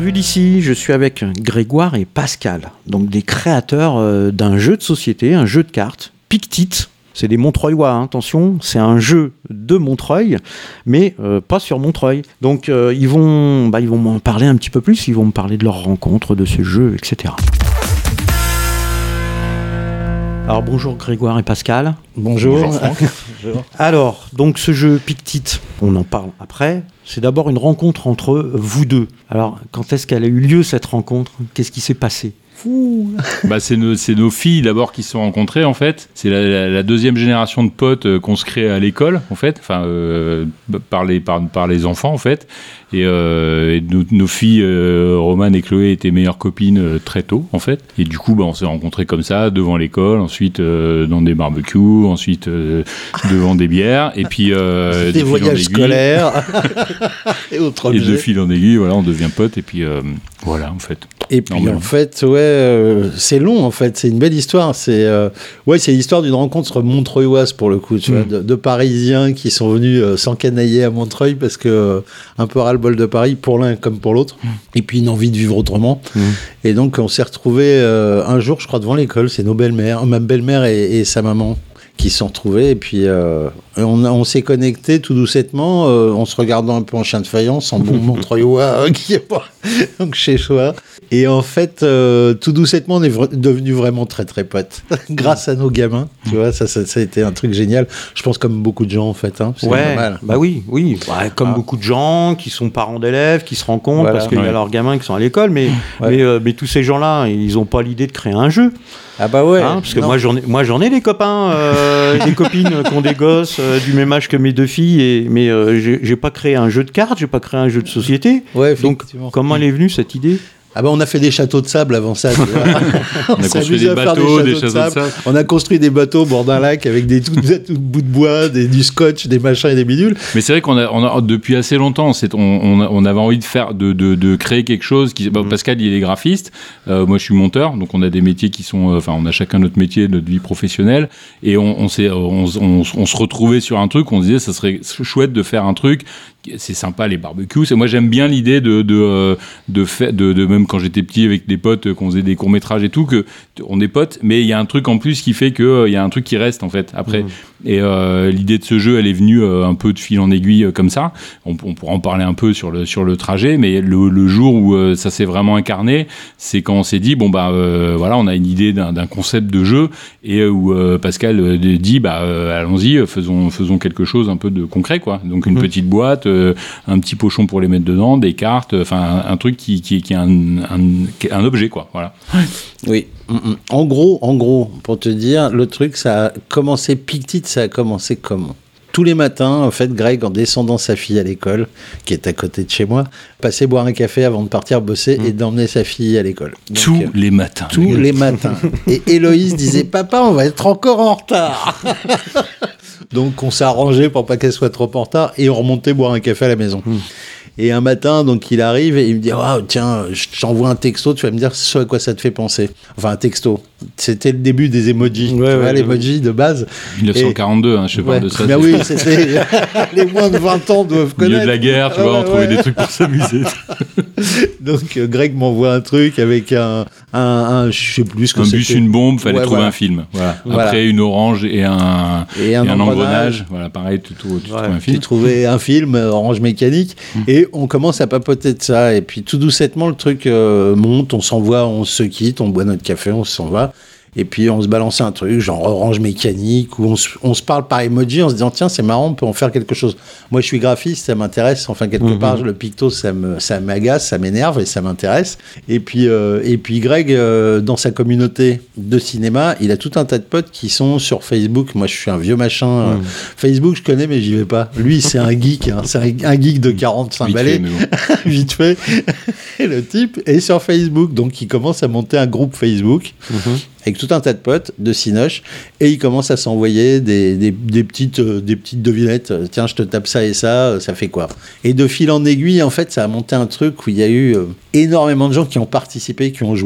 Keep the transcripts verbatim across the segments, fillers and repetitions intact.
Salut d'ici, je suis avec Grégoire et Pascal, donc des créateurs euh, d'un jeu de société, un jeu de cartes, Pictit. C'est des Montreuillois, hein, attention, c'est un jeu de Montreuil, mais euh, pas sur Montreuil. Donc euh, ils vont, bah, ils vont m'en parler un petit peu plus, ils vont me parler de leur rencontre, de ce jeu, et cetera. Alors bonjour Grégoire et Pascal. Bonjour. Bonjour Franck. Bonjour. Alors, donc ce jeu Pictit, on en parle après, c'est d'abord une rencontre entre vous deux. Alors, quand est-ce qu'elle a eu lieu cette rencontre ? Qu'est-ce qui s'est passé ? Bah, c'est, nos, c'est nos filles d'abord qui se sont rencontrées en fait. C'est la, la, la deuxième génération de potes euh, qu'on se crée à l'école en fait, enfin euh, par, les, par, par les enfants en fait. Et, euh, et nos, nos filles euh, Romane et Chloé étaient meilleures copines euh, très tôt en fait. Et du coup bah, on s'est rencontrés comme ça devant l'école, ensuite euh, dans des barbecues, ensuite euh, devant des bières et puis euh, des voyages scolaires et autres et objets. de fil en aiguille, voilà, on devient potes et puis euh, voilà en fait. Et puis Normal. en fait, ouais, euh, c'est long en fait, c'est une belle histoire. C'est euh, ouais, c'est l'histoire d'une rencontre montreuilloise pour le coup, tu mmh. vois, de, de Parisiens qui sont venus euh, s'encanailler à Montreuil parce que euh, un peu ras-le-bol de Paris pour l'un comme pour l'autre, mmh. et puis une envie de vivre autrement. Mmh. Et donc on s'est retrouvés euh, un jour, je crois, devant l'école. C'est nos belles-mères, ma belle-mère et, et sa maman, qui se sont retrouvés. Et puis euh, on, a, on s'est connectés tout doucettement, euh, en se regardant un peu en chien de faïence, en bon Montreuillois euh, qui est pas donc chez soi. Et en fait, euh, tout doucettement, on est v- devenus vraiment très très potes grâce à nos gamins. Tu vois, ça, ça, ça a été un truc génial. Je pense comme beaucoup de gens en fait. Hein, c'est ouais, normal. bah oui, oui. Bah, comme ah. beaucoup de gens qui sont parents d'élèves, qui se rencontrent voilà, parce qu'il ouais. y a leurs gamins qui sont à l'école, mais ouais. mais, euh, mais tous ces gens-là, ils n'ont pas l'idée de créer un jeu. Ah bah ouais. Hein, parce que moi j'en ai, moi j'en ai des copains, euh, des copines qui ont des gosses euh, du même âge que mes deux filles, et, mais euh, j'ai, j'ai pas créé un jeu de cartes, j'ai pas créé un jeu de société. Ouais, donc comment elle est venue cette idée ? Ah ben on a fait des châteaux de sable avant ça. Tu vois. on, on a construit des bateaux, des, des châteaux de sable. de sable. On a construit des bateaux au bord d'un lac avec des tout, tout bouts de bois, des, du scotch, des machins et des bidules. Mais c'est vrai qu'on a, on a depuis assez longtemps, c'est, on, on, a, on avait envie de faire, de, de, de créer quelque chose. Qui, bah, mmh. Pascal, il est graphiste. Euh, moi, je suis monteur. Donc, on a des métiers qui sont, enfin, euh, on a chacun notre métier, notre vie professionnelle. Et on, on, s'est, on, on, on se retrouvait sur un truc. On se disait, ça serait chouette de faire un truc. C'est sympa les barbecues. C'est, moi, j'aime bien l'idée de, de, de, de, de, de même quand j'étais petit avec des potes, qu'on faisait des courts métrages et tout, que on est potes, mais il y a un truc en plus qui fait que il euh, y a un truc qui reste en fait après. Mmh. Et euh, l'idée de ce jeu, elle est venue euh, un peu de fil en aiguille euh, comme ça. On, on pourra en parler un peu sur le sur le trajet, mais le, le jour où euh, ça s'est vraiment incarné, c'est quand on s'est dit bon bah euh, voilà, on a une idée d'un, d'un concept de jeu et euh, où euh, Pascal euh, dit bah euh, allons-y, faisons faisons quelque chose un peu de concret quoi. Donc une mmh. petite boîte, euh, un petit pochon pour les mettre dedans, des cartes, enfin un, un truc qui qui qui est un, un un objet quoi, voilà. Oui. En gros, en gros, pour te dire, le truc, ça a commencé Pictit, ça a commencé comment ? Tous les matins, en fait, Greg, en descendant sa fille à l'école, qui est à côté de chez moi, passait boire un café avant de partir bosser mmh. et d'emmener sa fille à l'école. Donc, tous euh, les matins. Tous les matins. Et Héloïse disait, papa, on va être encore en retard. Donc, on s'est arrangé pour pas qu'elle soit trop en retard et on remontait boire un café à la maison. Mmh. Et un matin, donc, il arrive et il me dit « Oh, tiens, je t'envoie un texto, tu vas me dire ce à quoi ça te fait penser. » Enfin, un texto. C'était le début des emojis, ouais, ouais, l'emoji ouais. de base. dix-neuf cent quarante-deux, et... hein, je te parle ouais. de ça. Mais oui, c'était... les moins de vingt ans doivent connaître. Au milieu de la guerre, tu vois, ouais, on trouvait ouais. des trucs pour s'amuser. Donc, euh, Greg m'envoie un truc avec un... un, un je sais plus ce que un c'était. Un bus, une bombe, fallait ouais, trouver voilà. un film. Voilà. Voilà. Après, une orange et un, et un, et un engrenage. engrenage. Voilà, pareil, tu, tu, tu ouais. trouves un film. Tu trouvais un film, Orange Mécanique, mmh. et on commence à papoter de ça. Et puis, tout doucettement, le truc euh, monte, on s'envoie, on se quitte, on boit notre café, on s'en va. Et puis on se balançait un truc, genre Orange Mécanique, où on se, on se parle par emoji en se disant tiens, c'est marrant, on peut en faire quelque chose. Moi, je suis graphiste, ça m'intéresse. Enfin, quelque mmh. part, le picto, ça, me, ça m'agace, ça m'énerve et ça m'intéresse. Et puis, euh, et puis Greg, euh, dans sa communauté de cinéma, il a tout un tas de potes qui sont sur Facebook. Moi, je suis un vieux machin. Mmh. Euh, Facebook, je connais, mais j'y vais pas. Lui, c'est un geek, hein, c'est un, un geek de quarante-cinq balais. Vite fait. Et le type est sur Facebook. Donc, il commence à monter un groupe Facebook. Mmh. Avec tout un tas de potes de Cinoche, et il commence à s'envoyer des, des, des, petites, euh, des petites devinettes. Tiens, je te tape ça et ça, ça fait quoi ? Et de fil en aiguille, en fait, ça a monté un truc où il y a eu euh, énormément de gens qui ont participé, qui ont joué.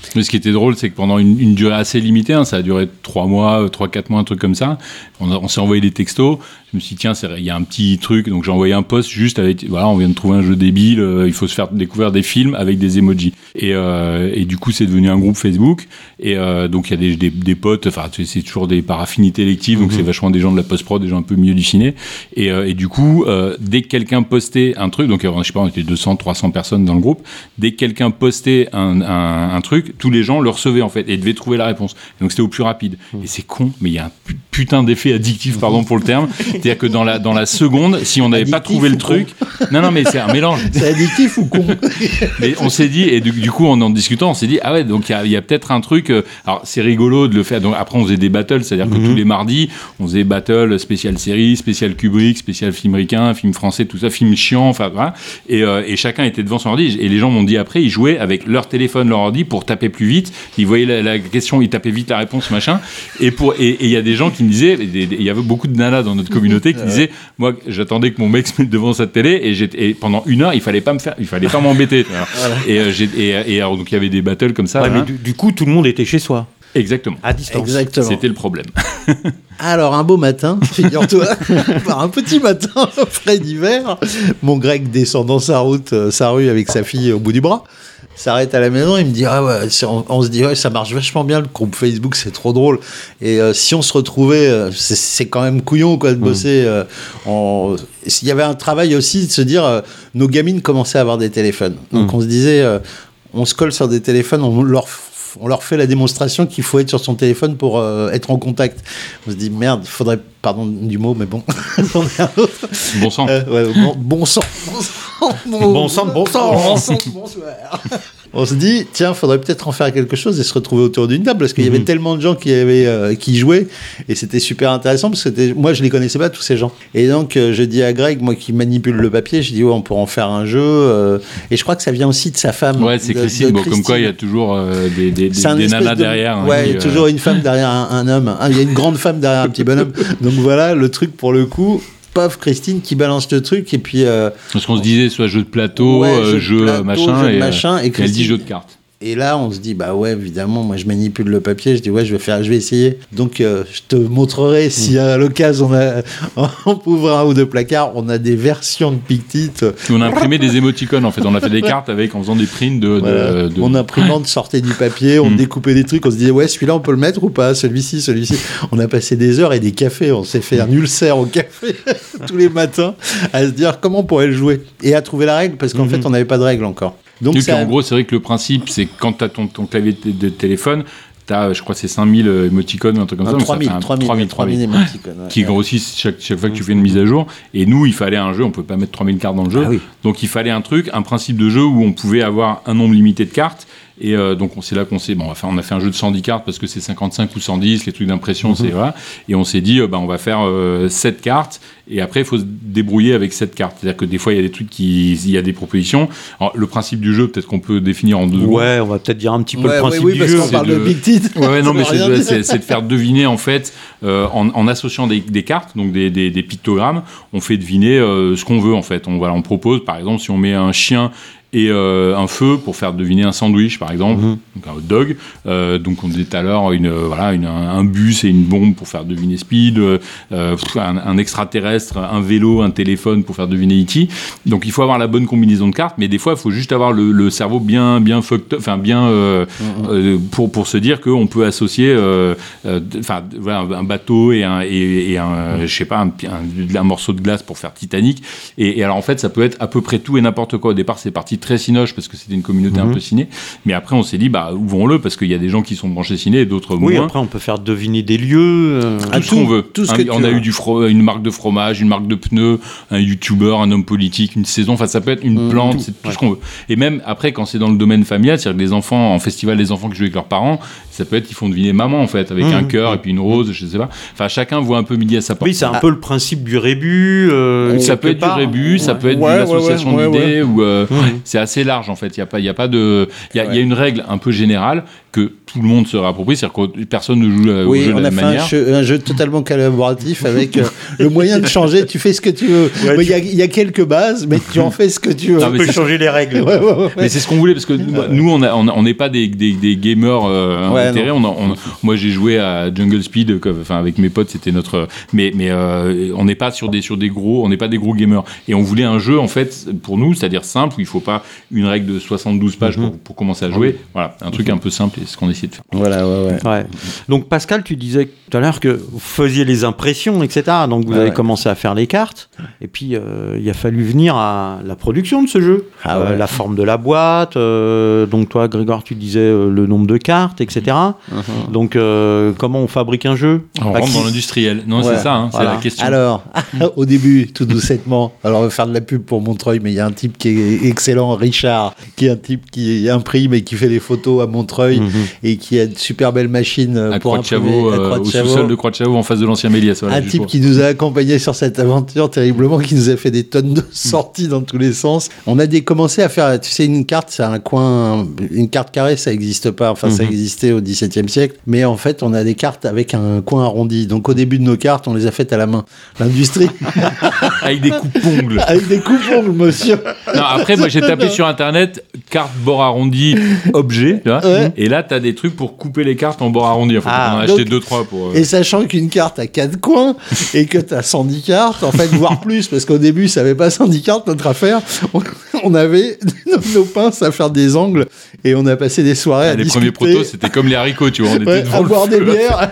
Mais ce qui était drôle, c'est que pendant une, une durée assez limitée, hein, ça a duré trois mois, trois quatre mois, un truc comme ça, on, a, on s'est envoyé des textos. Je me suis dit, tiens, il y a un petit truc. Donc j'ai envoyé un post juste avec, voilà, on vient de trouver un jeu débile, euh, il faut se faire découvrir des films avec des emojis. Et, euh, et du coup, c'est devenu un groupe Facebook. Et euh, donc il y a des, des, des potes, enfin, c'est toujours des par affinité élective, donc mm-hmm. c'est vachement des gens de la post-prod, des gens un peu au milieu du ciné. Et, euh, et du coup, euh, dès que quelqu'un postait un truc, donc je sais pas, on était deux cents, trois cents personnes dans le groupe, dès que quelqu'un postait un, un, un truc, tous les gens le recevaient en fait et devaient trouver la réponse. Et donc c'était au plus rapide. Mmh. Et c'est con, mais il y a un putain d'effet addictif, pardon pour le terme. C'est-à-dire que dans la, dans la seconde, si on n'avait pas trouvé le truc. Non, non, mais c'est un mélange. C'est addictif ou con? Mais on s'est dit, et du, du coup, en en discutant, on s'est dit, ah ouais, donc il y, y a peut-être un truc. Euh, alors c'est rigolo de le faire. Donc après, on faisait des battles, c'est-à-dire que mmh. tous les mardis, on faisait battle spécial série, spécial Kubrick, spécial film américain, film français, tout ça, film chiant, enfin voilà. Et, euh, et chacun était devant son ordi. Et les gens m'ont dit après, ils jouaient avec leur téléphone, leur ordi pour taper plus vite. Ils voyaient la, la question, ils tapaient vite la réponse, machin. Et pour et il y a des gens qui me disaient, il y avait beaucoup de nanas dans notre communauté qui disaient, moi, j'attendais que mon mec se mette devant sa télé et, et pendant une heure, il fallait pas me faire, il fallait pas m'embêter. Voilà. Et, euh, j'ai, et, et alors, donc il y avait des battles comme ça. Ouais, hein. Mais du, du coup, tout le monde était chez soi. Exactement. À distance. Exactement. C'était le problème. Alors, un beau matin, figure-toi, par un petit matin, frais d'hiver, mon Greg descend dans sa route, euh, sa rue avec sa fille au bout du bras, s'arrête à la maison, il me dit, ah ouais, on, on se dit, ouais, ça marche vachement bien, le groupe Facebook, c'est trop drôle. Et euh, si on se retrouvait, euh, c'est, c'est quand même couillon, quoi, de bosser. Euh, en... Il y avait un travail aussi de se dire, euh, nos gamines commençaient à avoir des téléphones. Donc, mmh. on se disait, euh, on se colle sur des téléphones, on leur on leur fait la démonstration qu'il faut être sur son téléphone pour euh, être en contact. On se dit, merde, il faudrait, pardon du mot, mais bon, on est un autre. Bon sang. Euh, ouais, bon, bon sang. Bon sang, bon, bon sang, bon sang. Bon sang, bonsoir. On se dit, tiens, il faudrait peut-être en faire quelque chose et se retrouver autour d'une table, parce qu'il y avait mmh. tellement de gens qui, avaient, euh, qui jouaient, et c'était super intéressant, parce que c'était, moi, je ne les connaissais pas, tous ces gens. Et donc, euh, je dis à Greg, moi qui manipule le papier, je dis, ouais, on pourrait en faire un jeu, euh, et je crois que ça vient aussi de sa femme. Ouais, c'est de, Christine, de bon, Christine. Comme quoi, il y a toujours euh, des, des, des, des nanas de... derrière. Ouais, hein, il y a qui, toujours euh... une femme derrière un, un homme. Il y a une grande femme derrière un petit bonhomme. Donc voilà, le truc pour le coup... Pauvre Christine qui balance le truc et puis... Euh, Parce qu'on se disait soit jeu de plateau, ouais, euh, jeu, jeu de plateau, machin, jeu de et, machin, et, Christine, et elle dit jeu de cartes. Et là, on se dit, bah ouais, évidemment, moi je manipule le papier, je dis, ouais, je vais, faire, je vais essayer. Donc, euh, je te montrerai si mmh. à l'occasion, on, a, on ouvre un ou deux placards, on a des versions de Pictit. On a imprimé des émoticônes, en fait. On a fait des cartes avec, en faisant des prints de. Voilà. de, de... Mon imprimante sortait du papier, on mmh. découpait des trucs, on se disait, ouais, celui-là, on peut le mettre ou pas, celui-ci, celui-ci. On a passé des heures et des cafés, on s'est fait un ulcère au café tous les matins à se dire comment on pourrait le jouer et à trouver la règle, parce qu'en mmh. fait, on n'avait pas de règle encore. Donc, puis, en gros, c'est vrai que le principe, c'est que quand tu as ton, ton clavier de, de téléphone, tu as, je crois, c'est cinq mille émoticônes ou un truc comme non, ça. trois mille, trois mille, trois mille émoticônes. Ouais. Qui grossissent chaque, chaque fois que tu fais une mise à jour. Et nous, il fallait un jeu, on ne pouvait pas mettre trois mille cartes dans le jeu. Ah oui. Donc, il fallait un truc, un principe de jeu où on pouvait avoir un nombre limité de cartes. Et euh, donc, c'est là qu'on s'est. Bon, enfin, on a fait un jeu de cent dix cartes parce que c'est cinquante-cinq ou cent dix, les trucs d'impression, mm-hmm. c'est voilà. Et on s'est dit, euh, bah, on va faire euh, sept cartes. Et après, il faut se débrouiller avec sept cartes. C'est-à-dire que des fois, il y a des trucs qui. Il y a des propositions. Alors, le principe du jeu, peut-être qu'on peut définir en deux secondes. Ouais, on va peut-être dire un petit peu ouais, le principe ouais, oui, du parce jeu. Qu'on parle de, de Pictit. Ouais, ouais non, mais c'est, c'est, c'est de faire deviner, en fait, euh, en, en associant des, des cartes, donc des, des, des pictogrammes, on fait deviner euh, ce qu'on veut, en fait. On, voilà, on propose, par exemple, si on met un chien et euh, un feu pour faire deviner un sandwich, par exemple, mmh. donc un hot dog. Euh, donc on disait tout à l'heure une, euh, voilà, une, un, un bus et une bombe pour faire deviner Speed, euh, un, un extraterrestre, un vélo, un téléphone pour faire deviner E T. Donc il faut avoir la bonne combinaison de cartes, mais des fois il faut juste avoir le, le cerveau bien, bien fucked up, enfin bien euh, mmh. euh, pour pour se dire qu'on peut associer, enfin euh, euh, voilà, un bateau et un et, et un, mmh. je sais pas, un, un, un morceau de glace pour faire Titanic. Et, et alors en fait ça peut être à peu près tout et n'importe quoi. Au départ c'est parti très cinoche parce que c'était une communauté mmh. un peu ciné, mais après on s'est dit bah ouvrons-le parce qu'il y a des gens qui sont branchés ciné et d'autres oui, moins. Après on peut faire deviner des lieux, euh... tout ce qu'on veut. Tout ce un, que on a veux. eu du fro- une marque de fromage, une marque de pneus, un youtubeur, un homme politique, une saison, enfin ça peut être une mmh, plante, tout, c'est tout ouais. ce qu'on veut. Et même après quand c'est dans le domaine familial, c'est-à-dire que des enfants en festival, des enfants qui jouent avec leurs parents, ça peut être qu'ils font deviner maman en fait avec mmh, un cœur mmh. et puis une rose, je sais pas. Enfin chacun voit un peu midi à sa porte. Oui, c'est un ah. peu le principe du rébut. Euh, ça peut être part. du rébut, ça peut être ouais, de l'association ouais, ouais, d'idées ouais. ou euh, mmh. c'est assez large en fait. Il y a pas, il y a pas de, il y a, Ouais. il y a une règle un peu générale que tout le monde se réapproprie, c'est-à-dire que personne ne joue euh, au Oui, jeu de on la a même fait manière. un jeu, un jeu totalement collaboratif avec euh, le moyen de changer. Tu fais ce que tu veux. Ouais, Mais Il y, a- il y a quelques bases, mais tu en fais ce que tu veux. Non, On mais peut c'est- changer les règles. Ouais, ouais, ouais. Mais c'est ce qu'on voulait parce que nous, nous, on a- on a- on n'est pas des, des, des gamers euh, Ouais, invétérés. On a- on- moi, j'ai joué à Jungle Speed, comme- enfin avec mes potes, c'était notre. Mais, mais euh, on n'est pas sur des sur des gros, on n'est pas des gros gamers. Et on voulait un jeu en fait pour nous, c'est-à-dire simple où il faut pas une règle de soixante-douze pages pour, pour commencer à jouer. Voilà, un truc un peu simple et c'est ce qu'on essayait de faire. Voilà, ouais, ouais. Ouais. Donc Pascal, tu disais tout à l'heure que vous faisiez les impressions, et cetera. Donc vous Ouais, avez ouais. commencé à faire les cartes. Et puis euh, il a fallu venir à la production de ce jeu. Ah ouais. Euh, la forme de la boîte. euh, donc toi, Grégoire, tu disais euh, le nombre de cartes, et cetera. Mhm. Donc euh, comment on fabrique un jeu On Bah, rentre qui- dans l'industriel. Non, Ouais, c'est ça, hein, voilà. c'est la question. Alors, au début, tout doucettement, alors on va faire de la pub pour Montreuil, mais il y a un type qui est excellent, Richard, qui est un type qui imprime et qui fait les photos à Montreuil Mhm. et qui a de super belles machines euh, à pour Croix de imprimer Chavaux, à euh, Croix de au Chavaux. sous-sol de Croix de Chavaux en face de l'ancien Méliès. Voilà, Un juste type pour- qui nous a accompagnés sur cette aventure terriblement, qui nous a fait des tonnes de sorties dans tous les sens. On a des, commencé à faire, tu sais, une carte, c'est un coin, une carte carrée, ça n'existe pas. Enfin, ça Mhm. existait au XVIIe siècle. Mais en fait, on a des cartes avec un coin arrondi. Donc, au début de nos cartes, on les a faites à la main. L'industrie, avec des coupes-ongles. avec des coupons, monsieur. Non, après, moi, j'ai tapé sur internet carte bord arrondi objet, tu vois, Ouais. et là, t'as des trucs pour couper les cartes en bord arrondi. En fait, Ah, on en a donc- acheté deux trois pour. euh, Et sachant qu'une carte a quatre coins et que tu as cent dix cartes, en fait, voire plus, parce qu'au début, ça n'avait pas cent dix cartes, notre affaire, on, on avait nos, nos pinces à faire des angles et on a passé des soirées à les discuter, premiers protos, c'était comme les haricots, tu vois, on était ouais, devant à le boire des feu. bières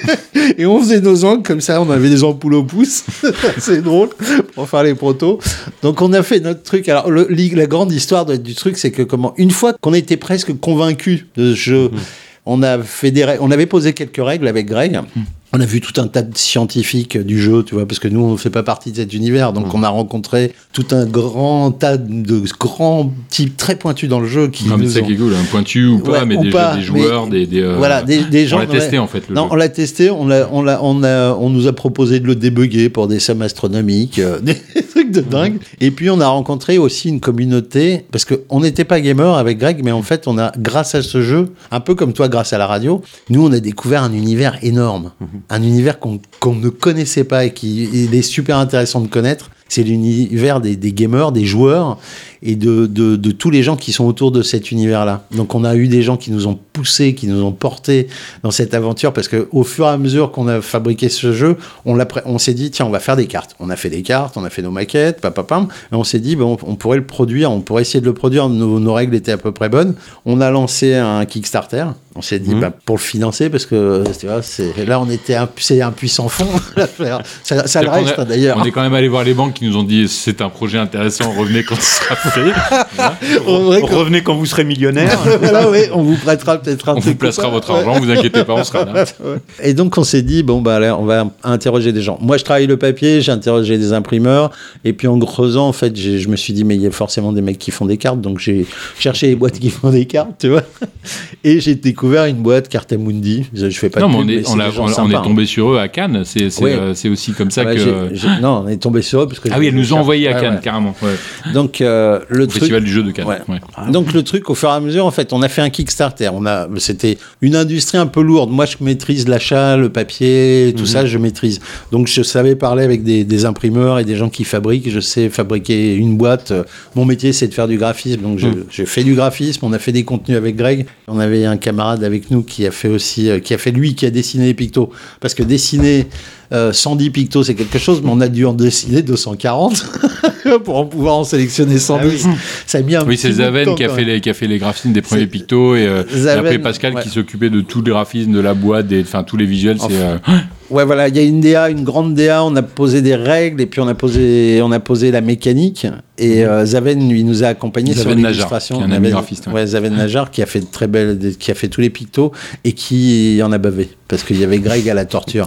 et on faisait nos angles comme ça, on avait des ampoules au pouce, c'est drôle, pour faire les protos. Donc on a fait notre truc. Alors le- la grande histoire de- du truc, c'est que comment, une fois qu'on était presque convaincus de ce jeu, on a fait des règles- on avait posé quelques règles avec Greg. On a vu tout un tas de scientifiques du jeu, tu vois, parce que nous, on ne fait pas partie de cet univers. Donc, on a rencontré tout un grand tas de grands types très pointus dans le jeu qui Non, mais nous c'est ça ont... qui est cool, un pointu ou pas, Ouais, mais ou des, pas, des joueurs, mais- des, des, euh, Voilà, des, des gens... on l'a testé ouais. en fait le Non, jeu. on l'a testé, on, l'a, on, l'a, on, a, on nous a proposé de le débugger pour des sommes astronomiques, euh, des trucs de dingue. Et puis, on a rencontré aussi une communauté, parce qu'on n'était pas gamer avec Greg, mais en fait, on a, grâce à ce jeu, un peu comme toi, grâce à la radio, nous, on a découvert un univers énorme. Un univers qu'on, qu'on ne connaissait pas et qui il est super intéressant de connaître. C'est l'univers des, des gamers, des joueurs et de, de, de tous les gens qui sont autour de cet univers-là. Donc on a eu des gens qui nous ont poussés, qui nous ont portés dans cette aventure parce qu'au fur et à mesure qu'on a fabriqué ce jeu, on, l'a, on s'est dit, tiens, on va faire des cartes. On a fait des cartes, on a fait nos maquettes, papapam, et on s'est dit, bon, on pourrait le produire, on pourrait essayer de le produire, nos, nos règles étaient à peu près bonnes. On a lancé un Kickstarter. On s'est dit, Mmh. bah, pour le financer, parce que tu vois, c'est, là, on était un, c'est un puissant fond, l'affaire. Ça, ça le C'est-à-dire qu'on reste, a- hein, d'ailleurs. On est quand même allé voir les banques qui nous ont dit c'est un projet intéressant, revenez quand ce sera fait. Voilà. En vrai, quand- Revenez quand vous serez millionnaire. voilà, oui, on vous prêtera peut-être un On truc vous placera ou pas. votre Ouais. argent, vous inquiétez pas, on sera là. Et donc on s'est dit bon bah là on va interroger des gens. Moi je travaille le papier, j'ai interrogé des imprimeurs et puis en creusant en fait j'ai- je me suis dit mais il y a forcément des mecs qui font des cartes donc j'ai cherché les boîtes qui font des cartes tu vois et j'ai découvert une boîte Cartamundi. Je, je fais pas Non, de mais on pub, est, mais c'est on, des a- gens on- on sympas, est tombé sur eux à Cannes, c'est c'est, Oui. euh, c'est aussi comme ça hein. Ouais, que. j'ai- j'ai- non on est tombé sur eux parce que Ah oui, elle nous a envoyé à Ouais, Cannes, ouais. carrément. Ouais. Donc euh, le Au truc Festival du jeu de Cannes. Ouais. Ouais. Donc le truc, au fur et à mesure, en fait, on a fait un Kickstarter. On a, c'était une industrie un peu lourde. Moi, je maîtrise l'achat, le papier, tout Mhm. ça, je maîtrise. Donc je savais parler avec des, des imprimeurs et des gens qui fabriquent. Je sais fabriquer une boîte. Mon métier, c'est de faire du graphisme. Donc je, Mhm. j'ai fait du graphisme. On a fait des contenus avec Greg. On avait un camarade avec nous qui a fait aussi, euh, qui a fait lui, qui a dessiné les pictos. Parce que dessiner euh, cent dix pictos, c'est quelque chose, mais on a dû en dessiner deux cent quarante pour en pouvoir en sélectionner cent dix. Ah oui. Ça a mis un Oui, petit c'est bout de Zaven temps, qui a, quand fait même. les, qui a fait les graphismes des premiers C'est- pictos et, euh, et Zaven, après Pascal ouais. qui s'occupait de tous les graphismes de la boîte, des, enfin tous les visuels. C'est, euh, Ouais, voilà, il y a une D A, une grande D A, on a posé des règles et puis on a posé, on a posé la mécanique. Et euh, Zaven, lui, nous a accompagnés sur Zaven Najar, l'illustration. qui est un Zaven- ami graphiste, ouais. Ouais, Zaven Najar, qui a fait de très belles, des- qui a fait tous les pictos et qui en a bavé. Parce qu'il y avait Greg à la torture.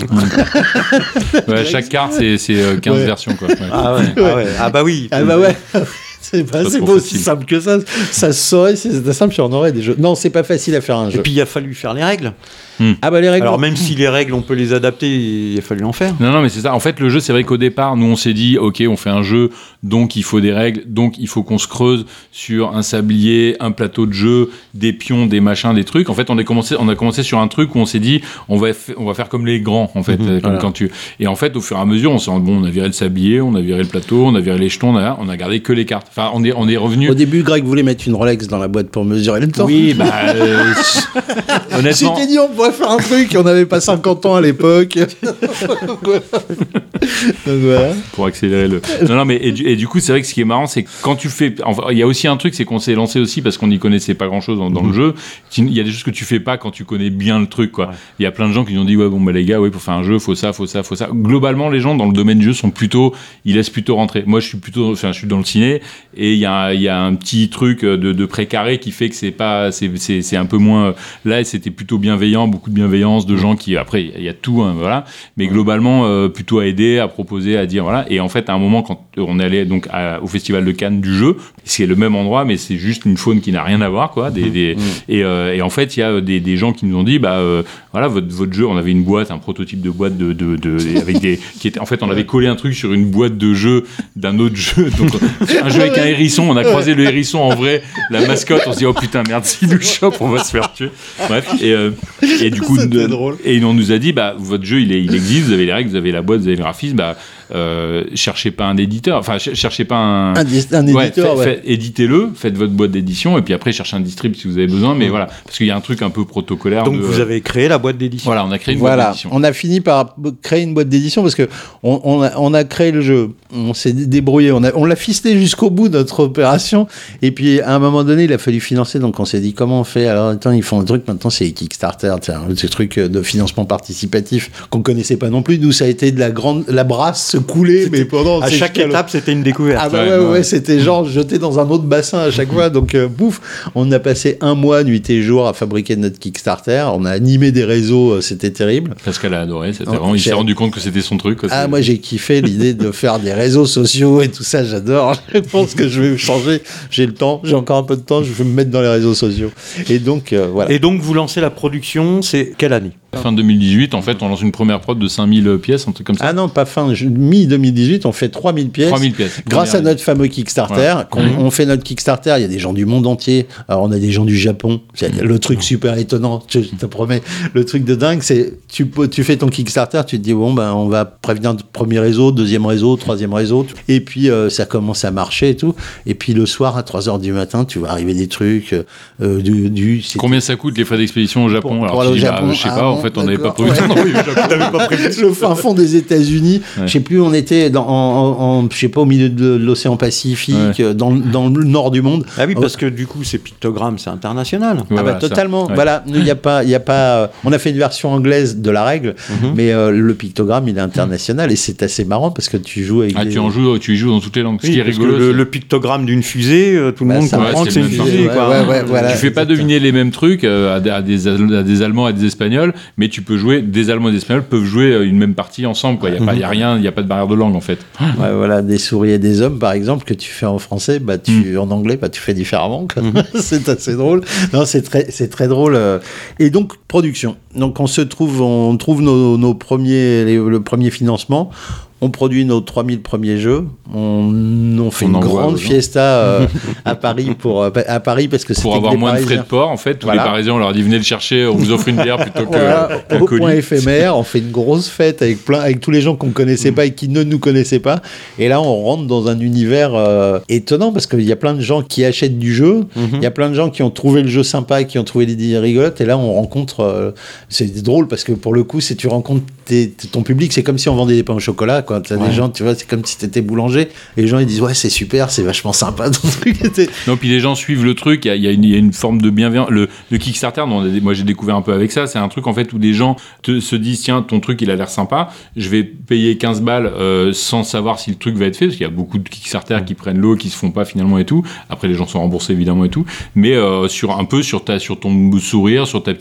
ouais, chaque carte, c'est, c'est euh, quinze Ouais. versions. Quoi. Ouais. Ah ouais, ah ouais. Ah bah oui. Ah bah ouais. C'est pas, pas c'est trop pas aussi facile. simple que ça. Ça se saurait si c'était simple, si on aurait des jeux. Non, c'est pas facile à faire un Et jeu. puis il a fallu faire les règles. Ah bah les règles. Alors même si les règles, on peut les adapter, il a fallu en faire. Non, non, mais c'est ça. En fait, le jeu, c'est vrai qu'au départ, nous, on s'est dit, OK, on fait un jeu, donc il faut des règles, donc il faut qu'on se creuse sur un sablier, un plateau de jeu, des pions, des machins, des trucs. En fait, on a commencé, on a commencé sur un truc où on s'est dit, on va, f- on va faire comme les grands, en fait. Mhm, comme voilà. quand tu... Et en fait, au fur et à mesure, on s'est rendu, bon, on a viré le sablier, on a viré le plateau, on a viré les jetons, on a, on a gardé que les cartes. Enfin, on est, on est revenu. Au début, Greg voulait mettre une Rolex dans la boîte pour mesurer le temps. Oui, bah, euh, honnêtement. C'était dit, on pourrait faire un truc, on n'avait pas cinquante ans à l'époque. Voilà. Donc voilà. Pour accélérer le. Non, non, mais et du, et du coup, c'est vrai que ce qui est marrant, c'est que quand tu fais. Enfin, il y a aussi un truc, c'est qu'on s'est lancé aussi parce qu'on n'y connaissait pas grand chose dans, dans le jeu. Il y a des choses que tu fais pas quand tu connais bien le truc, quoi. Il y a plein de gens qui nous ont dit, ouais, bon, bah les gars, ouais, pour faire un jeu, faut ça, faut ça, faut ça. Globalement, les gens dans le domaine du jeu sont plutôt. Ils laissent plutôt rentrer. Moi, je suis plutôt. Enfin, je suis dans le ciné et il y a, il y a un petit truc de, de précaré qui fait que c'est pas. C'est, c'est, c'est un peu moins. Là, c'était plutôt bienveillant, beaucoup de bienveillance, de gens qui. Après, il y a tout, hein, voilà. Mais globalement, euh, plutôt à aider, à proposer, à dire, voilà. Et en fait, à un moment, quand on est allé donc à- au Festival de Cannes du jeu, c'est le même endroit, mais c'est juste une faune qui n'a rien à voir, quoi. Des, des- et, euh, et en fait, il y a des, des gens qui nous ont dit, bah, euh, voilà, votre, votre jeu, on avait une boîte, un prototype de boîte de, de, de- avec des, qui était, en fait, on avait collé un truc sur une boîte de jeu d'un autre jeu. Donc, un jeu avec un hérisson, on a croisé le hérisson en vrai, la mascotte, on se dit, oh putain, merde, s'il nous chope, on va se faire tuer. Bref. Et, euh, et du coup, C'était de- drôle. et on nous a dit, bah, votre jeu, il, est, il existe, vous avez les règles, vous avez la boîte, vous avez le graphisme, bah, euh, cherchez pas un éditeur, enfin, ch- cherchez pas un. Un, dis- un Ouais, éditeur, fait- ouais. fait- éditez-le, faites votre boîte d'édition, et puis après, cherchez un distrib si vous avez besoin, mais voilà, parce qu'il y a un truc un peu protocolaire. Donc de- vous avez créé la boîte d'édition. Voilà, on a créé une boîte Voilà, d'édition. on a fini par créer une boîte d'édition parce que on, on, a, on a créé le jeu, on s'est débrouillé, on, a, on l'a fisté jusqu'au bout de notre opération, et puis à un moment donné, il a fallu financer, donc on s'est dit comment on fait. Alors attends, ils font un truc maintenant, c'est Kickstarter, tiens, ce truc de financement participatif qu'on connaissait pas non plus. Nous, ça a été de la grande, la brasse se couler, mais pendant À c'est chaque jusqu'à le- étape, c'était une découverte. Ah bah Ouais, ouais, ouais, ouais. ouais, c'était genre jeté dans un autre bassin à chaque fois. Donc, euh, bouf, on a passé un mois, nuit et jour, à fabriquer notre Kickstarter. On a animé des réseaux, euh, c'était terrible. Pascal a adoré, c'était Oh, vraiment, il j'ai- s'est rendu compte que c'était son truc. Quoi, Ah, c'est- moi j'ai kiffé l'idée de faire des réseaux sociaux et tout ça, j'adore. Je pense que je vais changer. J'ai le temps, j'ai encore un peu de temps, je vais me mettre dans les réseaux sociaux. Et donc, euh, voilà. Et donc vous lancez la production, c'est quelle année? Fin deux mille dix-huit, en fait, on lance une première prod de cinq mille pièces, un truc comme ça. Ah non, pas fin, je- mi-deux mille dix-huit, on fait trois mille pièces. trois mille pièces. Grâce à Première notre fameux Kickstarter, Ouais. qu'on- on fait notre Kickstarter, il y a des gens du monde entier. Alors on a des gens du Japon. C'est le truc super étonnant, je te promets. Le truc de dingue, c'est tu peux- tu fais ton Kickstarter, tu te dis bon ben on va prévenir le premier réseau, deuxième réseau, troisième réseau, et puis euh, ça commence à marcher et tout. Et puis le soir à trois heures du matin, tu vois arriver des trucs euh, du, du c'est- Combien ça coûte les frais d'expédition au Japon? Pour- Alors pour tu aller au dis, bah, Japon, je sais ah pas, en bon, fait, on n'avait pas d'accord. prévu Ouais. d'envoyer au Japon. le fin fond des États-Unis. Ouais. Je sais plus, on était dans, en, en- je sais pas, au milieu de l'océan Pacifique, Ouais. euh, dans, dans le nord du monde. Ah oui, parce que du coup, c'est pictogramme, c'est international. Ouais, ah bah voilà, ça. totalement. Ouais. Voilà, il y a pas, il y a pas. euh, on a fait une version anglaise de la règle, Mhm. mais euh, le pictogramme il est international et c'est assez marrant parce que tu joues avec. Ah, des- tu en joues, tu y joues dans toutes les langues. Ce Oui, qui est parce rigolo, que le, c'est- le pictogramme d'une fusée, euh, tout le Bah, monde ça comprend reste que c'est le une même fusée. ouais, quoi. ouais, ouais, voilà. tu fais pas exactement. deviner les mêmes trucs euh, à, des, à des Al- à des Allemands et des Espagnols, mais tu peux jouer, des Allemands et des Espagnols peuvent jouer euh, une même partie ensemble. Il n'y a, pas- y a rien, il n'y a pas de barrière de langue en fait. Ouais, voilà, des souris et des hommes, par exemple, que tu fais en français, bah, tu, en anglais, bah, tu fais différemment. quoi. c'est assez drôle. Non, c'est très, c'est très drôle. euh. Et donc, production. Donc, on se trouve, on trouve nos, nos premiers, les- le premier financement. On produit nos trois mille premiers jeux. On, on fait On une envoie aux grande gens. fiesta euh, à Paris pour euh, à Paris parce que c'était Pour que avoir des moins de frais Parisiens. de port, en fait, tous Voilà. les Parisiens, on leur dit venez le chercher, on vous offre une bière plutôt que Voilà, qu'un au point colis. éphémère, on fait une grosse fête avec plein, avec tous les gens qu'on connaissait pas et qui ne nous connaissaient pas. Et là, on rentre dans un univers euh, étonnant parce qu'il y a plein de gens qui achètent du jeu. Il y a plein de gens qui ont trouvé le jeu sympa et qui ont trouvé l'idée rigolote. Et là, on rencontre. euh, c'est drôle parce que pour le coup, c'est tu rencontres tes- ton public. C'est comme si on vendait des pains au chocolat. Quoi. T'as des gens, tu vois, c'est comme si t'étais boulanger. Et les gens, ils disent ouais, c'est super, c'est vachement sympa ton truc. Non, puis les gens suivent le truc, il y a, il y a une, il y a une forme de bienveillance. Le, le Kickstarter, dont on a- moi j'ai découvert un peu avec ça, c'est un truc en fait où des gens te, se disent tiens, ton truc il a l'air sympa, je vais payer quinze balles euh, sans savoir si le truc va être fait, parce qu'il y a beaucoup de Kickstarter qui prennent l'eau, qui se font pas finalement et tout. Après, les gens sont remboursés évidemment et tout, mais euh, sur un peu sur, ta, sur ton sourire, sur ta petite vidéo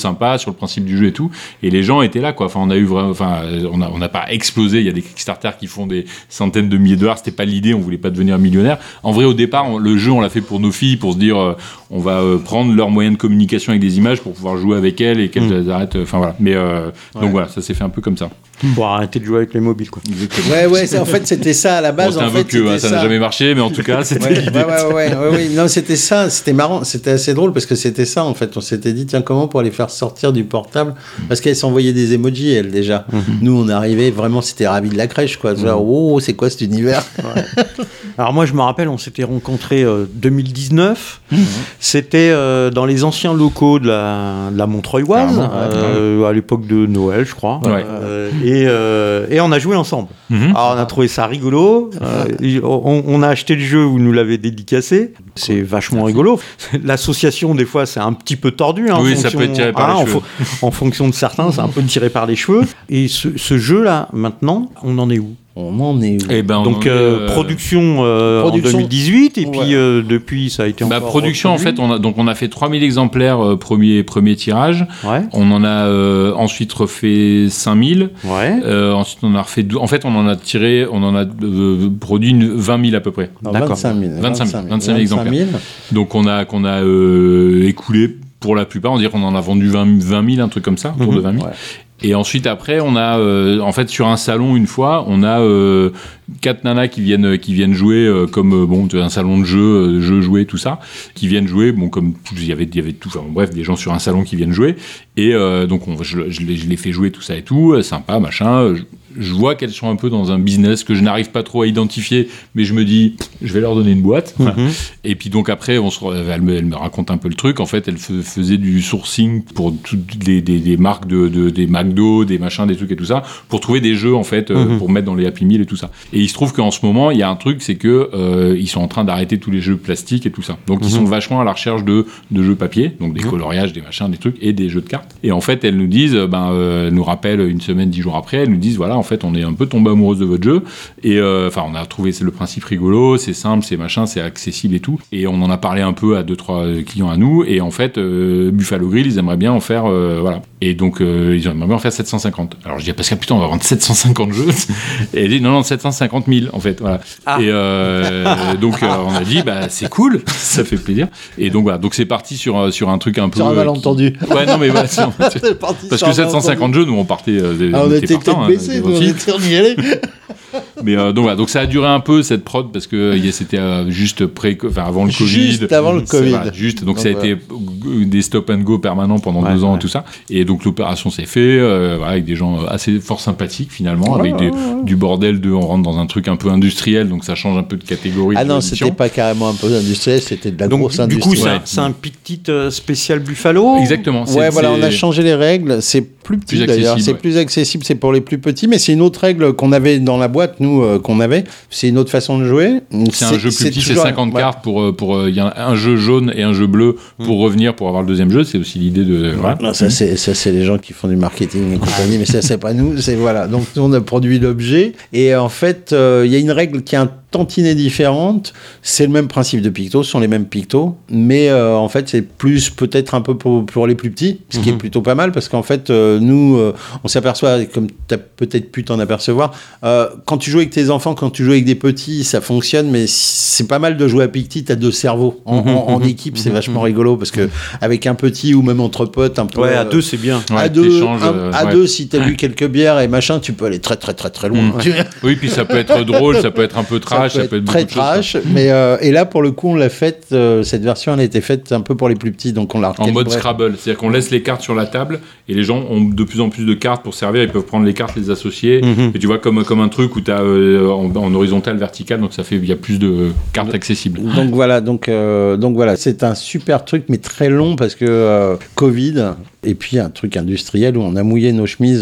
sympa sur le principe du jeu et tout. Et les gens étaient là, quoi. Enfin, on a eu vraiment, enfin, on a, on n'a pas explosé. Il y a des Kickstarter qui font des centaines de milliers de dollars. C'était pas l'idée. On voulait pas devenir millionnaire. En vrai, au départ, on, le jeu, on l'a fait pour nos filles, pour se dire, euh, on va euh, prendre leurs moyens de communication avec des images pour pouvoir jouer avec elles et qu'elles mmh. arrêtent. Enfin voilà. Mais euh, ouais. donc voilà, ça s'est fait un peu comme ça. Pour arrêter de jouer avec les mobiles, quoi. Exactement. Ouais, ouais. En fait, c'était ça à la base. Bon, c'est en un fait, peu que ça n'a jamais marché, mais en tout cas, c'était ouais, l'idée. Ouais, ouais, ouais, ouais, ouais. Non, c'était ça. C'était marrant. C'était assez drôle parce que c'était ça, en fait. On s'était dit, tiens, comment pour les faire sortir du portable? Parce qu'elles s'envoyaient des emojis, elles, déjà. Mm-hmm. Nous, on arrivait vraiment, c'était ravis de la crèche, quoi. Genre, mm-hmm. oh, c'est quoi cet univers? Ouais. Alors, moi, je me rappelle, on s'était rencontrés en euh, deux mille dix-neuf. Mm-hmm. C'était euh, dans les anciens locaux de la, de la Montreuilloise, ah, euh, ouais. à l'époque de Noël, je crois. Ouais. Euh, et, euh, et on a joué ensemble. Mm-hmm. Alors, on a trouvé ça rigolo. Euh, on, on a acheté le jeu, vous nous l'avez dédicacé. C'est vachement rigolo. L'association, des fois, c'est un petit peu tordu. Hein, oui, en fonction, ça peut être tiré par hein, les en, cheveux. Fo- en fonction de certains, c'est un peu tiré par les cheveux. Et ce, ce jeu-là, maintenant, on en est où? On en est où? Eh ben, Donc, est, euh, production, euh, production en deux mille dix-huit, et ouais. puis euh, depuis, ça a été bah, encore production, reproduit. en fait, on a, donc on a fait trois mille exemplaires euh, premier, premier tirage. Ouais. On en a euh, ensuite refait cinq mille. Ouais. Euh, ensuite, on a refait douze. En fait, on en a tiré, on en a euh, produit une, vingt mille à peu près. Non, D'accord. vingt-cinq mille. vingt-cinq mille exemplaires. Donc, on a, qu'on a euh, écoulé pour la plupart. On dirait qu'on en a vendu vingt mille, un truc comme ça, autour mm-hmm. de vingt mille. Ouais. Et ensuite, après, on a, euh, en fait, sur un salon, une fois, on a euh, quatre nanas qui viennent, qui viennent jouer euh, comme, euh, bon, un salon de jeux, euh, jeux joués, tout ça, qui viennent jouer, bon, comme, il y avait, il y avait tout, enfin, bref, des gens sur un salon qui viennent jouer. Et euh, donc, on, je, je, les, je les fais jouer tout ça et tout, euh, sympa, machin. Je, je vois qu'elles sont un peu dans un business que je n'arrive pas trop à identifier, mais je me dis, je vais leur donner une boîte. Mm-hmm. Et puis donc après, on se, elle, me, elle me raconte un peu le truc. En fait, elle f- faisait du sourcing pour toutes les des, des marques de, de des McDo, des machins, des trucs et tout ça, pour trouver des jeux en fait, euh, mm-hmm. pour mettre dans les Happy Meal et tout ça. Et il se trouve qu'en ce moment, il y a un truc, c'est que euh, ils sont en train d'arrêter tous les jeux plastiques et tout ça. Donc mm-hmm. ils sont vachement à la recherche de de jeux papier, donc des mm-hmm. coloriages, des machins, des trucs et des jeux de cartes. Et en fait, elles nous disent, ben, euh, elles nous rappellent une semaine, dix jours après, elles nous disent, voilà, en fait, on est un peu tombé amoureuse de votre jeu et enfin euh, on a trouvé c'est le principe rigolo, c'est simple, c'est machin, c'est accessible et tout, et on en a parlé un peu à deux trois clients à nous, et en fait euh, Buffalo Grill ils aimeraient bien en faire euh, voilà, et donc euh, ils aimeraient bien en faire sept cent cinquante. Alors je dis parce que putain on va vendre sept cent cinquante jeux et elle dit non non sept cent cinquante mille en fait, voilà. Ah. Et euh, donc euh, on a dit bah c'est cool, ça fait plaisir, et donc voilà, donc c'est parti sur sur un truc un peu sur un malentendu. Qui... ouais non mais voilà, c'est... c'est parce que sept cent cinquante jeux nous on partait euh, ah, on, on était tête baissée, on était on y allait. Mais euh, donc voilà, donc ça a duré un peu cette prod parce que c'était euh, juste pré, enfin avant le Covid. Juste avant le Covid. Voilà, juste, donc, donc ça a ouais. été des stop and go permanents pendant ouais, deux ans ouais. et tout ça. Et donc l'opération s'est fait euh, voilà, avec des gens assez fort sympathiques finalement, ouais, avec des, ouais, ouais. du bordel de, on rentre dans un truc un peu industriel, donc ça change un peu de catégorie. Ah non, c'était pas carrément un peu industriel, c'était de la donc, grosse du industrie. Du coup, c'est, ouais. un, c'est un petit euh, spécial Buffalo. Exactement. C'est, ouais, voilà, c'est... on a changé les règles. C'est plus petit plus d'ailleurs, c'est ouais. plus accessible, c'est pour les plus petits, mais c'est une autre règle qu'on avait dans la boîte, nous, euh, qu'on avait. C'est une autre façon de jouer. C'est, c'est un jeu plus petit, c'est cinquante ouais. cartes pour pour il y a un jeu jaune et un jeu bleu pour mmh. revenir pour avoir le deuxième jeu. C'est aussi l'idée de. Voilà. Non, ça c'est ça c'est les gens qui font du marketing et compagnie, mais ça c'est pas nous. C'est voilà. Donc nous on a produit l'objet et en fait il euh, y a une règle qui est un tantinet différente. C'est le même principe de picto, ce sont les mêmes pictos, mais euh, en fait c'est plus peut-être un peu pour, pour les plus petits, ce mmh. qui est plutôt pas mal parce qu'en fait euh, nous euh, on s'aperçoit, comme tu as peut-être pu t'en apercevoir, euh, quand tu joues avec tes enfants, quand tu joues avec des petits, ça fonctionne, mais c'est pas mal de jouer à Pictit à deux cerveaux en, mmh. en, en équipe, c'est mmh. vachement rigolo parce que avec un petit ou même entre potes, un peu. Ouais, à deux c'est bien. À ouais, deux, un, euh, à ouais. deux, si t'as bu quelques bières et machin, tu peux aller très très très très loin. Mmh. Oui, puis ça peut être drôle, ça peut être un peu trash. Ça peut être, ça peut être très trash, mais euh, et là pour le coup on l'a faite, euh, cette version elle a été faite un peu pour les plus petits, donc on l'a en mode Scrabble, c'est-à-dire qu'on laisse les cartes sur la table et les gens ont de plus en plus de cartes pour servir, ils peuvent prendre les cartes, les associer, mm-hmm. et tu vois comme comme un truc où t'as euh, en, en horizontal, vertical, donc ça fait il y a plus de cartes accessibles. Donc voilà, donc euh, donc voilà, c'est un super truc mais très long parce que euh, Covid et puis un truc industriel où on a mouillé nos chemises. Euh,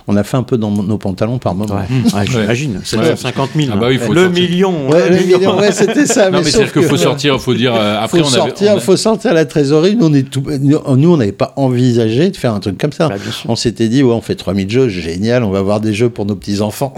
on a fait un peu dans nos pantalons par moment. Ouais. Ah, j'imagine. sept cent cinquante mille. Ah bah oui, faut le sortir. million. Ouais, le million, ouais, c'était ça. Non, mais, mais c'est-à-dire qu'il faut sortir, faut dire. Euh, après, faut on sortir, avait, on a... faut sortir à la trésorerie. Nous, on est tout, nous, on n'avait pas envisagé de faire un truc comme ça. Bah, on s'était dit, ouais, on fait trois mille jeux, génial, on va avoir des jeux pour nos petits enfants.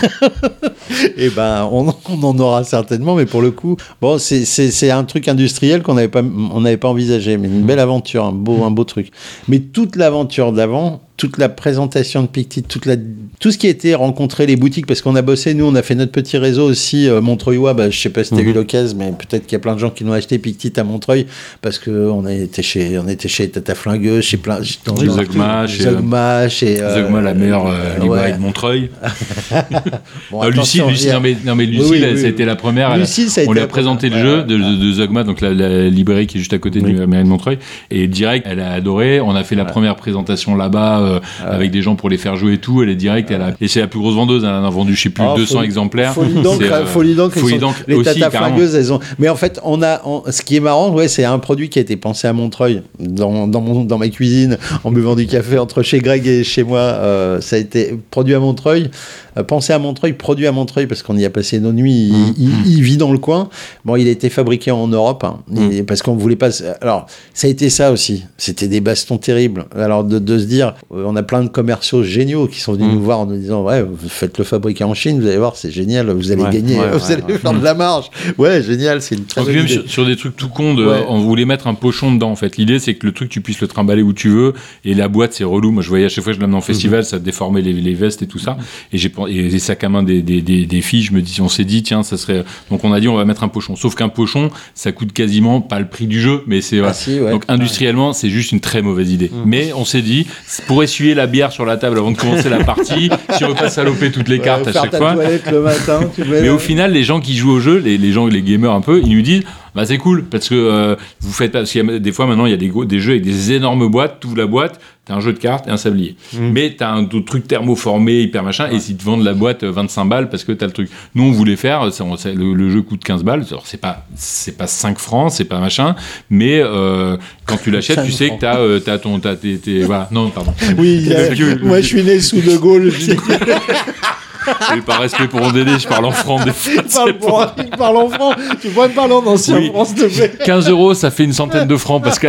Et ben, on, on en aura certainement, mais pour le coup, bon, c'est, c'est, c'est un truc industriel qu'on n'avait pas, on n'avait pas envisagé, mais une belle aventure, un beau, un beau truc. Mais toute l'aventure d'avant, toute la présentation de Pictite, toute la, tout ce qui a été rencontrer les boutiques, parce qu'on a bossé, nous, on a fait notre petit réseau aussi, euh, Montreuillois, bah, je sais pas si t'as mm-hmm. eu l'occasion, mais peut-être qu'il y a plein de gens qui l'ont acheté Pictite à Montreuil, parce qu'on était chez, on était chez Tata Flingueuse, chez plein, dans chez Zogma, chez Zogma, chez euh, Zogma, la meilleure euh, librairie ouais. de Montreuil. Bon, euh, Lucille, Lucille, non mais, non mais Lucille, oui, oui, oui, ça a été la première. Lucille, ça a on été lui a présenté le jeu de, de, de Zogma, donc la, la librairie qui est juste à côté oui. de la mairie de Montreuil, et direct, elle a adoré. On a fait la ouais. première présentation là-bas euh, ouais. avec des gens pour les faire jouer et tout. Elle est directe, elle a... et c'est la plus grosse vendeuse. Elle en a vendu, je sais plus, oh, deux cents folie, exemplaires. Folie donc, euh, folie donc, folie donc les aussi, Tata Flingueuses, elles ont. Mais en fait, on a, on... ce qui est marrant, ouais, c'est un produit qui a été pensé à Montreuil, dans, dans, mon, dans ma cuisine, en buvant du café entre chez Greg et chez moi. Euh, ça a été produit à Montreuil. Euh, pensé à Montreuil, produit à Montreuil, parce qu'on y a passé nos nuits. Il, mmh. il, il vit dans le coin. Bon, il a été fabriqué en Europe, hein, mmh. et, parce qu'on voulait pas. Alors, ça a été ça aussi. C'était des bastons terribles. Alors, de, de se dire, on a plein de commerciaux géniaux qui sont venus mmh. nous voir en nous disant, ouais, vous faites le fabriquer en Chine, vous allez voir, c'est génial, vous allez ouais, gagner, ouais, vous ouais, allez ouais. faire de la marge. Ouais, génial, c'est une très bonne idée. Sur, sur des trucs tout cons, de, ouais. on voulait mettre un pochon dedans, en fait. L'idée, c'est que le truc, tu puisses le trimballer où tu veux, et la boîte, c'est relou. Moi, je voyais à chaque fois que je l'amenais en festival, mmh. ça déformait les, les vestes et tout ça. Et j'ai et les sacs à main des, des, des, des filles, je me dis, on s'est dit, tiens, ça serait. Donc, on a dit, on va mettre un pochon. Sauf qu'un pochon, ça coûte quasiment pas le prix du jeu, mais c'est. Ah, si, ouais. Donc, industriellement, c'est juste une très mauvaise idée. Mmh. Mais on s'est dit, pour essuyer la bière sur la table avant de commencer la partie, si on veut pas saloper toutes les cartes ouais, à chaque fois. Le matin, tu mais au final, les gens qui jouent au jeu, les, les gens, les gamers un peu, ils nous disent, bah c'est cool parce que euh, vous faites pas. Parce qu'il y a des fois maintenant, il y a des, gros, des jeux avec des énormes boîtes. Tu ouvres la boîte, t'as un jeu de cartes et un sablier. Mmh. Mais t'as un truc thermoformé hyper machin ouais. et ils te vendent la boîte vingt-cinq balles parce que t'as le truc. Nous, on voulait faire. Ça, on, ça, le, le jeu coûte quinze balles. Alors, c'est pas c'est pas cinq francs, c'est pas machin. Mais euh, quand tu l'achètes, tu sais francs. que t'as euh, t'as ton t'as tes, tes, voilà. Non, pardon. Oui, a, vieux, moi, je suis né sous De Gaulle. Et par respect pour Dédé, je parle en franc des fois. Parle, pour... pour... parle en franc. Tu pourrais me parler en ancien oui. franc, s'il te plaît. quinze euros, ça fait une centaine de francs parce qu'elle.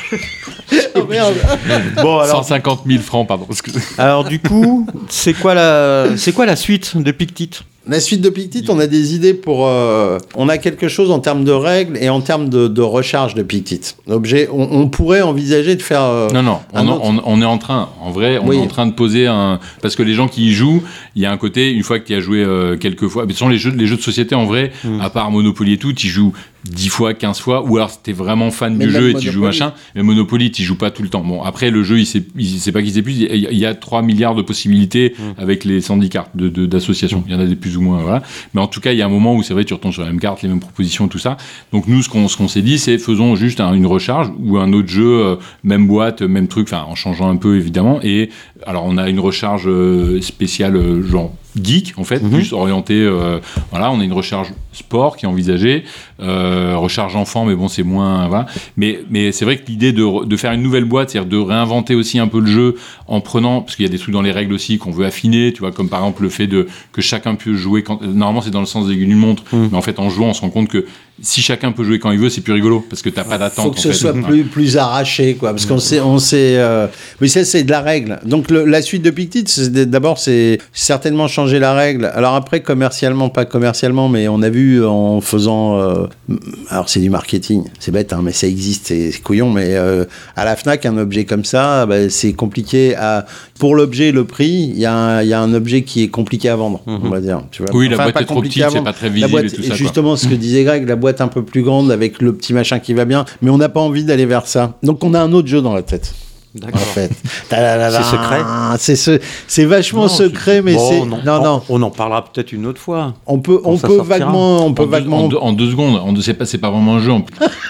Oh merde. Bon, alors... cent cinquante mille francs, pardon. Alors du coup, c'est quoi la, c'est quoi la suite de Pictite ? La suite de Pictite, on a des idées pour... Euh, on a quelque chose en termes de règles et en termes de, de recharge de Pictite. Objet, on, on pourrait envisager de faire... Euh, non, non, on, autre... on, on est en train, en vrai, on oui. est en train de poser un... Parce que les gens qui y jouent, il y a un côté, une fois que tu as joué euh, quelques fois... Mais ce sont les jeux, les jeux de société, en vrai, mmh. à part Monopoly et tout, tu joues dix fois, quinze fois, ou alors t'es vraiment fan mais du jeu et tu joues machin, mais Monopoly, tu joues pas tout le temps. Bon, après, le jeu, il sait, il sait pas qu'il s'épuise, il y a trois milliards de possibilités mmh. avec les syndicats de, de, d'associations. Mmh. Il y en a des plus ou moins, voilà. Mais en tout cas, il y a un moment où c'est vrai, tu retombes sur la même carte, les mêmes propositions, tout ça. Donc nous, ce qu'on, ce qu'on s'est dit, c'est faisons juste un, une recharge ou un autre jeu, euh, même boîte, même truc, enfin en changeant un peu évidemment. Et alors on a une recharge euh, spéciale, euh, genre geek en fait, mm-hmm. plus orienté. Euh, voilà, on a une recharge sport qui est envisagée, euh, recharge enfant, mais bon c'est moins. Voilà. Mais mais c'est vrai que l'idée de de faire une nouvelle boîte, c'est-à-dire de réinventer aussi un peu le jeu en prenant, parce qu'il y a des trucs dans les règles aussi qu'on veut affiner, tu vois, comme par exemple le fait de que chacun peut jouer quand. Normalement c'est dans le sens des d'une montre, mm. mais en fait en jouant on se rend compte que si chacun peut jouer quand il veut, c'est plus rigolo parce que t'as pas d'attente. Faut que en ce fait. soit plus, plus arraché, quoi. Parce qu'on sait, on sait. Euh... Mais ça, c'est de la règle. Donc le, la suite de Pictite, c'est, d'abord, c'est certainement changer la règle. Alors après, commercialement, pas commercialement, mais on a vu en faisant. Euh... Alors c'est du marketing, c'est bête, hein, mais ça existe, c'est, c'est couillon. Mais euh, à la Fnac, un objet comme ça, bah, c'est compliqué à. Pour l'objet et le prix, il y, y a un objet qui est compliqué à vendre, mm-hmm. on va dire. Tu vois. Oui, enfin, la boîte est trop petite, c'est pas très visible boîte, et tout ça. Et justement, quoi. ce que disait Greg, la boîte un peu plus grande avec le petit machin qui va bien, mais on n'a pas envie d'aller vers ça. Donc on a un autre jeu dans la tête. D'accord. En fait. C'est secret. C'est, ce, c'est vachement non, secret, c'est... mais bon, c'est. Non, non, non. On en parlera peut-être une autre fois. On peut, on peut vaguement, on peut en vaguement. Deux, en, deux, en deux secondes. On ne sait pas, c'est pas vraiment un jeu. En...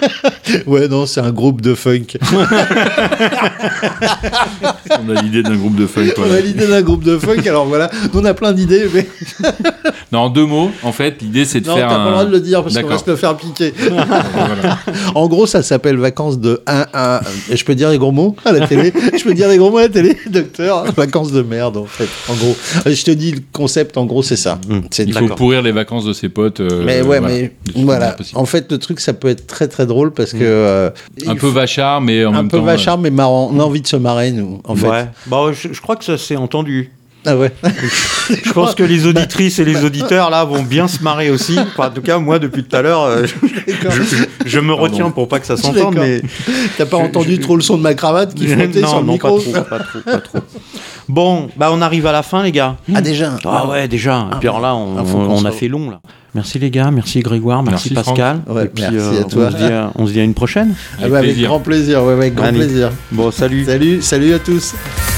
ouais, non, c'est un groupe de funk. On a l'idée d'un groupe de funk. Voilà. On a l'idée d'un groupe de funk. Alors voilà, nous on a plein d'idées, mais. non, en deux mots, en fait, l'idée c'est de non, faire. Non, t'as un... pas le droit de le dire parce D'accord. qu'on va se le faire piquer. Voilà. En gros, ça s'appelle Vacances de un à. Et je peux dire les gros mots à la télé. Je peux dire des gros mots à la télé, docteur. Vacances de merde, en fait. En gros, je te dis le concept. En gros, c'est ça. Mmh. C'est Il faut D'accord. pourrir les vacances de ses potes. euh, mais ouais, voilà, mais de toute voilà. manière possible. En fait, le truc, ça peut être très très drôle parce que euh, Un il peu faut- vachard, mais en un même peu temps. vachard, mais marrant. On a envie de se marrer, nous. En fait. Ouais. Bah, je, je crois que ça s'est entendu. Ah ouais. Je pense que les auditrices et les auditeurs là vont bien se marrer aussi. Enfin, en tout cas, moi depuis tout à l'heure, euh, je, je- je me retiens pour pas que ça Je suis s'entende. d'accord. Mais T'as pas Je- entendu je- trop le son de ma cravate qui frottait non, sur le non, micro? pas trop, pas trop, pas trop. Bon, bah on arrive à la fin, les gars. Ah déjà. Ah ouais, déjà. Et puis alors là, on, Ah, faut qu'on on se a re- fait long là. Merci les gars, merci Grégoire, merci, Merci, Pascal. Franck. Ouais, Et puis, merci à on toi. se dit à- on se dit à une prochaine. Ah bah, avec plaisir. grand plaisir, ouais, ouais, avec grand Allez. plaisir. Bon, salut. Salut, salut à tous.